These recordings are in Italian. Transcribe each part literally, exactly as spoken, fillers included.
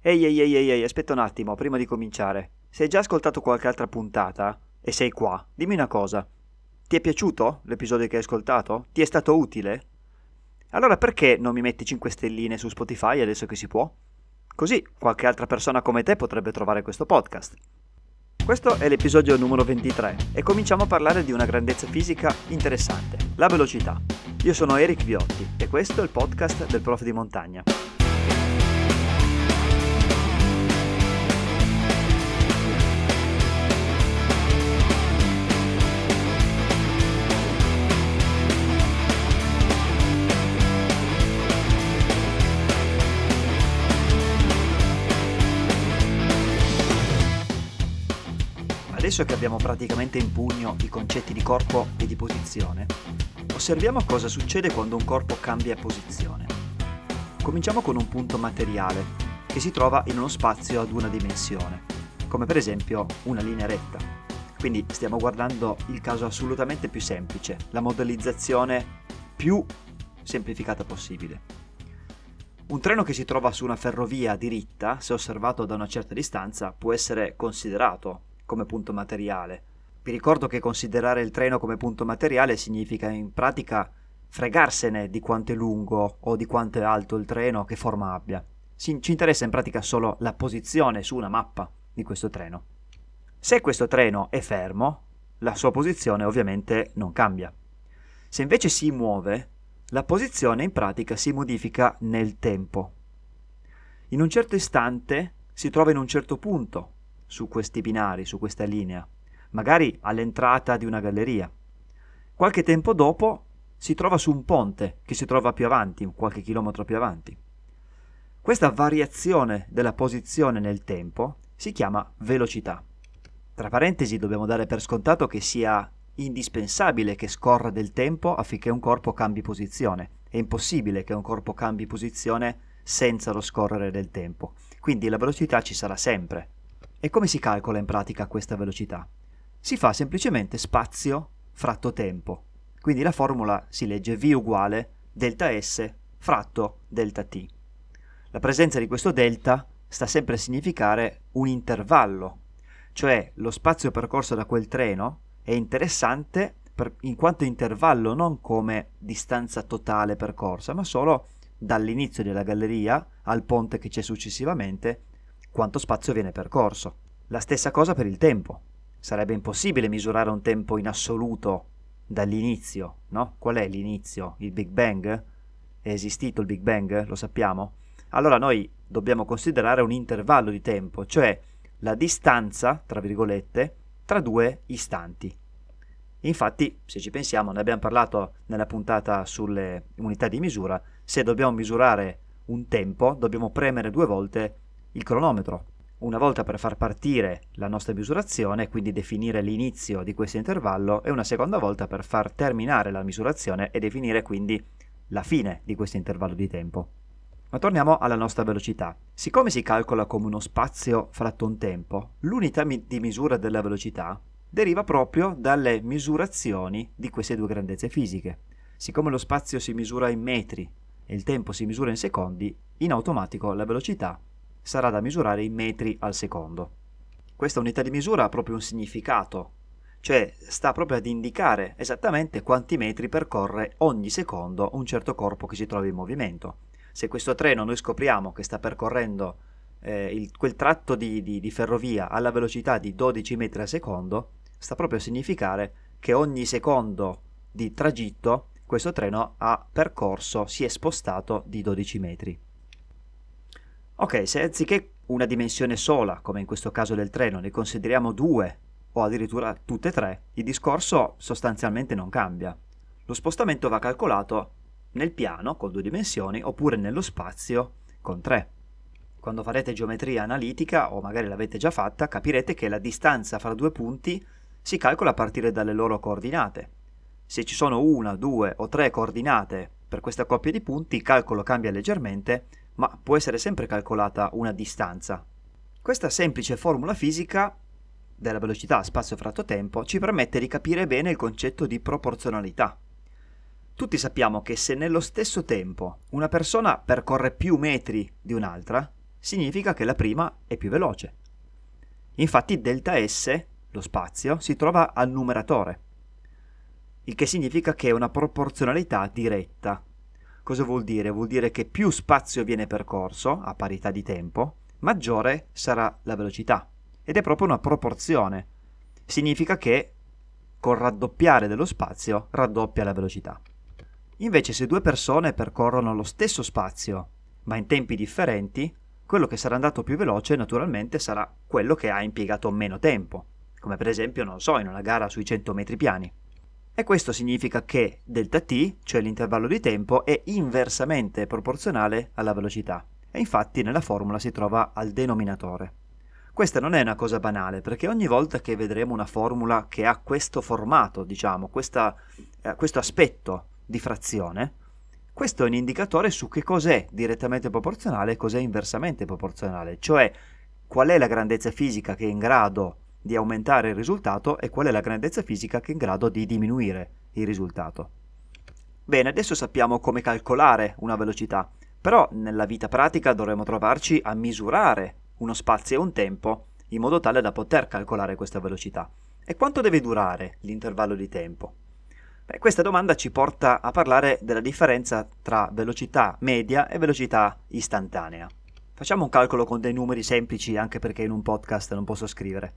Ehi ehi ehi ehi ehi, aspetta un attimo, prima di cominciare. Se hai già ascoltato qualche altra puntata e sei qua, dimmi una cosa. Ti è piaciuto l'episodio che hai ascoltato? Ti è stato utile? Allora perché non mi metti cinque stelline su Spotify adesso che si può? Così qualche altra persona come te potrebbe trovare questo podcast. Questo è l'episodio numero ventitré e cominciamo a parlare di una grandezza fisica interessante, la velocità. Io sono Eric Viotti e questo è il podcast del prof di montagna. Adesso che abbiamo praticamente in pugno i concetti di corpo e di posizione, osserviamo cosa succede quando un corpo cambia posizione. Cominciamo con un punto materiale che si trova in uno spazio ad una dimensione, come per esempio una linea retta. Quindi stiamo guardando il caso assolutamente più semplice, la modellizzazione più semplificata possibile. Un treno che si trova su una ferrovia diritta, se osservato da una certa distanza, può essere considerato come punto materiale. Vi ricordo che considerare il treno come punto materiale significa in pratica fregarsene di quanto è lungo o di quanto è alto il treno, che forma abbia. Ci interessa in pratica solo la posizione su una mappa di questo treno. Se questo treno è fermo, la sua posizione ovviamente non cambia. Se invece si muove, la posizione in pratica si modifica nel tempo. In un certo istante si trova in un certo punto su questi binari, su questa linea, magari all'entrata di una galleria. Qualche tempo dopo si trova su un ponte che si trova più avanti, qualche chilometro più avanti. Questa variazione della posizione nel tempo si chiama velocità. Tra parentesi, dobbiamo dare per scontato che sia indispensabile che scorra del tempo affinché un corpo cambi posizione. È impossibile che un corpo cambi posizione senza lo scorrere del tempo. Quindi la velocità ci sarà sempre. E come si calcola in pratica questa velocità? Si fa semplicemente spazio fratto tempo. Quindi la formula si legge V uguale delta S fratto delta T. La presenza di questo delta sta sempre a significare un intervallo, cioè lo spazio percorso da quel treno è interessante per, in quanto intervallo, non come distanza totale percorsa, ma solo dall'inizio della galleria al ponte che c'è successivamente, quanto spazio viene percorso. La stessa cosa per il tempo. Sarebbe impossibile misurare un tempo in assoluto dall'inizio, no? Qual è l'inizio? Il Big Bang? È esistito il Big Bang? Lo sappiamo? Allora noi dobbiamo considerare un intervallo di tempo, cioè la distanza, tra virgolette, tra due istanti. Infatti, se ci pensiamo, ne abbiamo parlato nella puntata sulle unità di misura, se dobbiamo misurare un tempo, dobbiamo premere due volte il cronometro, una volta per far partire la nostra misurazione, quindi definire l'inizio di questo intervallo, e una seconda volta per far terminare la misurazione e definire quindi la fine di questo intervallo di tempo. Ma torniamo alla nostra velocità. Siccome si calcola come uno spazio fratto un tempo, l'unità mi- di misura della velocità deriva proprio dalle misurazioni di queste due grandezze fisiche. Siccome lo spazio si misura in metri e il tempo si misura in secondi, in automatico la velocità sarà da misurare in metri al secondo. Questa unità di misura ha proprio un significato, cioè sta proprio ad indicare esattamente quanti metri percorre ogni secondo un certo corpo che si trova in movimento. Se questo treno noi scopriamo che sta percorrendo eh, il, quel tratto di, di, di ferrovia alla velocità di dodici metri al secondo, sta proprio a significare che ogni secondo di tragitto questo treno ha percorso, si è spostato di dodici metri. Ok, se anziché una dimensione sola, come in questo caso del treno, ne consideriamo due o addirittura tutte e tre, il discorso sostanzialmente non cambia. Lo spostamento va calcolato nel piano con due dimensioni oppure nello spazio con tre. Quando farete geometria analitica, o magari l'avete già fatta, capirete che la distanza fra due punti si calcola a partire dalle loro coordinate. Se ci sono una, due o tre coordinate per questa coppia di punti, il calcolo cambia leggermente, ma può essere sempre calcolata una distanza. Questa semplice formula fisica della velocità spazio fratto tempo ci permette di capire bene il concetto di proporzionalità. Tutti sappiamo che se nello stesso tempo una persona percorre più metri di un'altra, significa che la prima è più veloce. Infatti delta S, lo spazio, si trova al numeratore, il che significa che è una proporzionalità diretta. Cosa vuol dire? Vuol dire che più spazio viene percorso, a parità di tempo, maggiore sarà la velocità. Ed è proprio una proporzione. Significa che col raddoppiare dello spazio raddoppia la velocità. Invece se due persone percorrono lo stesso spazio, ma in tempi differenti, quello che sarà andato più veloce naturalmente sarà quello che ha impiegato meno tempo, come per esempio, non so, in una gara sui cento metri piani. E questo significa che delta t, cioè l'intervallo di tempo, è inversamente proporzionale alla velocità, e infatti nella formula si trova al denominatore. Questa non è una cosa banale, perché ogni volta che vedremo una formula che ha questo formato, diciamo, questa, eh, questo aspetto di frazione, questo è un indicatore su che cos'è direttamente proporzionale e cos'è inversamente proporzionale, cioè qual è la grandezza fisica che è in grado di aumentare il risultato e qual è la grandezza fisica che è in grado di diminuire il risultato. Bene, adesso sappiamo come calcolare una velocità, però nella vita pratica dovremo trovarci a misurare uno spazio e un tempo in modo tale da poter calcolare questa velocità. E quanto deve durare l'intervallo di tempo? Beh, questa domanda ci porta a parlare della differenza tra velocità media e velocità istantanea. Facciamo un calcolo con dei numeri semplici, anche perché in un podcast non posso scrivere.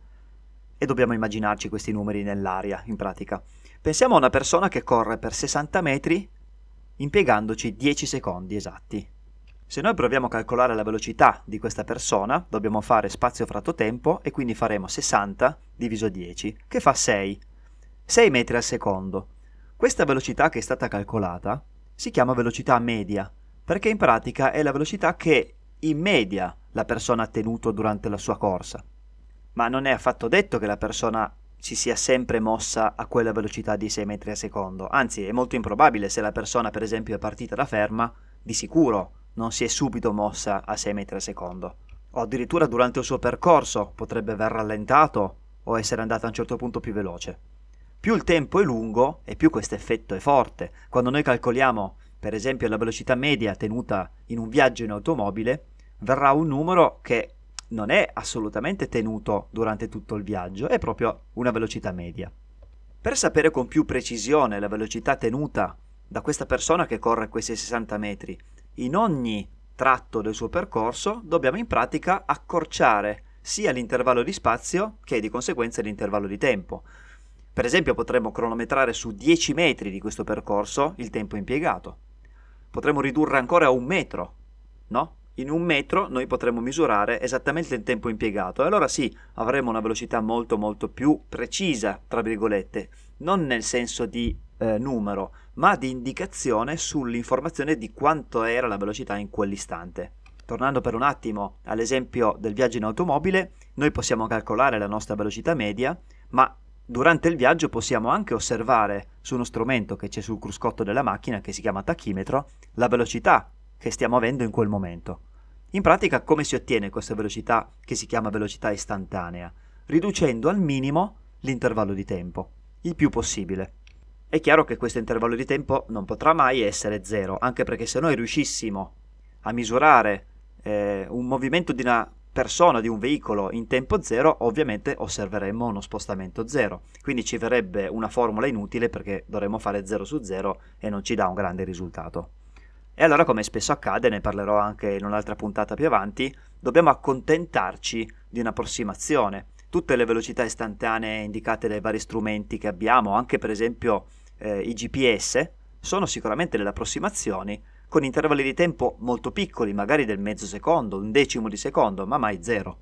E dobbiamo immaginarci questi numeri nell'aria, in pratica. Pensiamo a una persona che corre per sessanta metri impiegandoci dieci secondi esatti. Se noi proviamo a calcolare la velocità di questa persona, dobbiamo fare spazio fratto tempo e quindi faremo sessanta diviso dieci, che fa sei. sei metri al secondo. Questa velocità che è stata calcolata si chiama velocità media, perché in pratica è la velocità che in media la persona ha tenuto durante la sua corsa. Ma non è affatto detto che la persona si sia sempre mossa a quella velocità di sei metri al secondo, anzi è molto improbabile. Se la persona per esempio è partita da ferma, di sicuro non si è subito mossa a sei metri al secondo, o addirittura durante il suo percorso potrebbe aver rallentato o essere andata a un certo punto più veloce. Più il tempo è lungo e più questo effetto è forte. Quando noi calcoliamo per esempio la velocità media tenuta in un viaggio in automobile, verrà un numero che non è assolutamente tenuto durante tutto il viaggio, è proprio una velocità media. Per sapere con più precisione la velocità tenuta da questa persona che corre questi sessanta metri in ogni tratto del suo percorso, dobbiamo in pratica accorciare sia l'intervallo di spazio che di conseguenza l'intervallo di tempo. Per esempio potremmo cronometrare su dieci metri di questo percorso il tempo impiegato. Potremmo ridurre ancora a un metro, no? In un metro noi potremmo misurare esattamente il tempo impiegato e allora sì, avremo una velocità molto molto più precisa, tra virgolette, non nel senso di eh, numero, ma di indicazione sull'informazione di quanto era la velocità in quell'istante. Tornando per un attimo all'esempio del viaggio in automobile, noi possiamo calcolare la nostra velocità media, ma durante il viaggio possiamo anche osservare su uno strumento che c'è sul cruscotto della macchina, che si chiama tachimetro, la velocità che stiamo avendo in quel momento. In pratica come si ottiene questa velocità che si chiama velocità istantanea? Riducendo al minimo l'intervallo di tempo, il più possibile. È chiaro che questo intervallo di tempo non potrà mai essere zero, anche perché se noi riuscissimo a misurare eh, un movimento di una persona, di un veicolo in tempo zero, ovviamente osserveremmo uno spostamento zero, quindi ci verrebbe una formula inutile perché dovremmo fare zero su zero e non ci dà un grande risultato. E allora, come spesso accade, ne parlerò anche in un'altra puntata più avanti, dobbiamo accontentarci di un'approssimazione. Tutte le velocità istantanee indicate dai vari strumenti che abbiamo, anche per esempio eh, i G P S, sono sicuramente delle approssimazioni con intervalli di tempo molto piccoli, magari del mezzo secondo, un decimo di secondo, ma mai zero.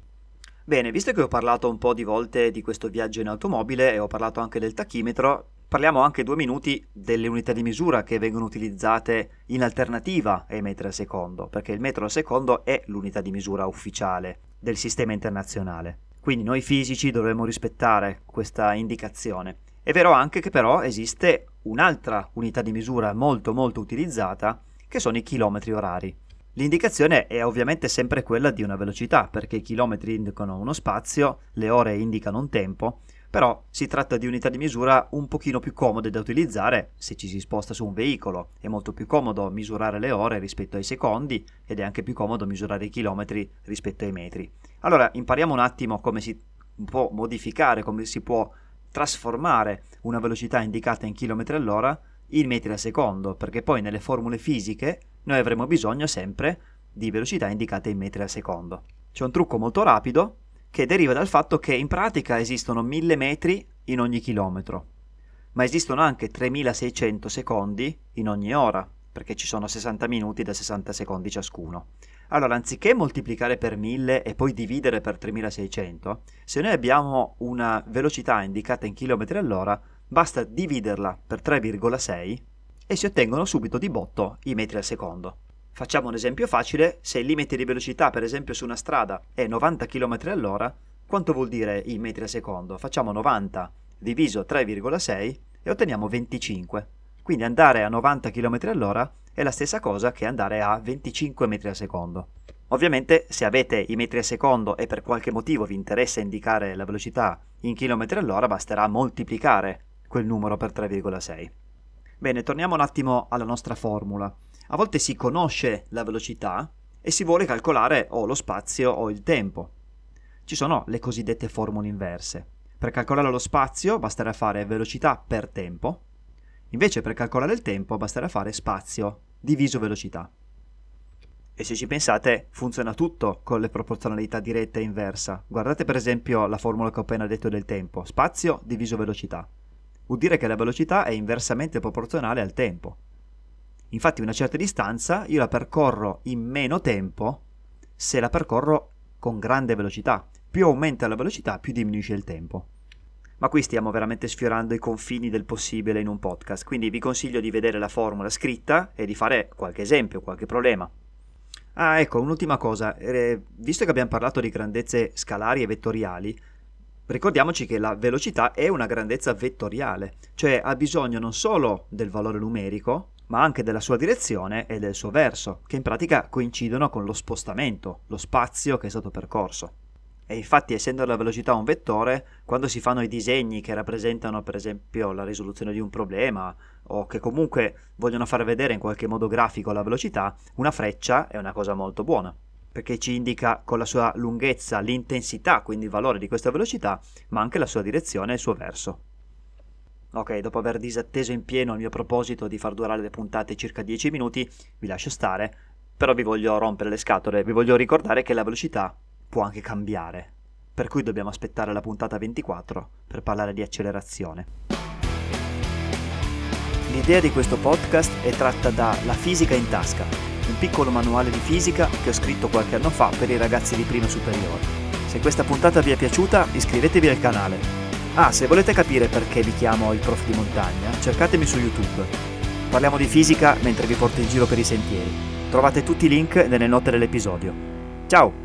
Bene, visto che ho parlato un po' di volte di questo viaggio in automobile e ho parlato anche del tachimetro, parliamo anche due minuti delle unità di misura che vengono utilizzate in alternativa ai metri al secondo, perché il metro al secondo è l'unità di misura ufficiale del sistema internazionale. Quindi noi fisici dovremmo rispettare questa indicazione. È vero anche che però esiste un'altra unità di misura molto molto utilizzata, che sono i chilometri orari. L'indicazione è ovviamente sempre quella di una velocità, perché i chilometri indicano uno spazio, le ore indicano un tempo, Però si tratta di unità di misura un pochino più comode da utilizzare se ci si sposta su un veicolo. È molto più comodo misurare le ore rispetto ai secondi ed è anche più comodo misurare i chilometri rispetto ai metri. Allora impariamo un attimo come si può modificare, come si può trasformare una velocità indicata in chilometri all'ora in metri al secondo, perché poi nelle formule fisiche noi avremo bisogno sempre di velocità indicate in metri al secondo. C'è un trucco molto rapido che deriva dal fatto che in pratica esistono mille metri in ogni chilometro, ma esistono anche tremilaseicento secondi in ogni ora, perché ci sono sessanta minuti da sessanta secondi ciascuno. Allora, anziché moltiplicare per mille e poi dividere per tremilaseicento, se noi abbiamo una velocità indicata in chilometri all'ora, basta dividerla per tre virgola sei e si ottengono subito di botto i metri al secondo. Facciamo un esempio facile: se il limite di velocità per esempio su una strada è novanta chilometri all'ora, quanto vuol dire i metri al secondo? Facciamo novanta diviso tre virgola sei e otteniamo venticinque. Quindi andare a novanta chilometri all'ora è la stessa cosa che andare a venticinque metri al secondo. Ovviamente se avete i metri al secondo e per qualche motivo vi interessa indicare la velocità in chilometri all'ora, basterà moltiplicare quel numero per tre virgola sei. Bene, torniamo un attimo alla nostra formula. A volte si conosce la velocità e si vuole calcolare o lo spazio o il tempo. Ci sono le cosiddette formule inverse. Per calcolare lo spazio basterà fare velocità per tempo, invece per calcolare il tempo basterà fare spazio diviso velocità. E se ci pensate, funziona tutto con le proporzionalità diretta e inversa. Guardate per esempio la formula che ho appena detto del tempo: spazio diviso velocità. Vuol dire che la velocità è inversamente proporzionale al tempo. Infatti una certa distanza io la percorro in meno tempo se la percorro con grande velocità. Più aumenta la velocità, più diminuisce il tempo. Ma qui stiamo veramente sfiorando i confini del possibile in un podcast, quindi vi consiglio di vedere la formula scritta e di fare qualche esempio, qualche problema. Ah, ecco, un'ultima cosa. Eh, visto che abbiamo parlato di grandezze scalari e vettoriali, ricordiamoci che la velocità è una grandezza vettoriale, cioè ha bisogno non solo del valore numerico, ma anche della sua direzione e del suo verso, che in pratica coincidono con lo spostamento, lo spazio che è stato percorso. E infatti, essendo la velocità un vettore, quando si fanno i disegni che rappresentano per esempio la risoluzione di un problema o che comunque vogliono far vedere in qualche modo grafico la velocità, una freccia è una cosa molto buona, perché ci indica con la sua lunghezza l'intensità, quindi il valore di questa velocità, ma anche la sua direzione e il suo verso. Ok, dopo aver disatteso in pieno il mio proposito di far durare le puntate circa dieci minuti, vi lascio stare, però vi voglio rompere le scatole, vi voglio ricordare che la velocità può anche cambiare, per cui dobbiamo aspettare la puntata ventiquattro per parlare di accelerazione. L'idea di questo podcast è tratta da La Fisica in Tasca, un piccolo manuale di fisica che ho scritto qualche anno fa per i ragazzi di prima superiore. Se questa puntata vi è piaciuta, iscrivetevi al canale. Ah, se volete capire perché vi chiamo il prof di montagna, cercatemi su YouTube. Parliamo di fisica mentre vi porto in giro per i sentieri. Trovate tutti i link nelle note dell'episodio. Ciao!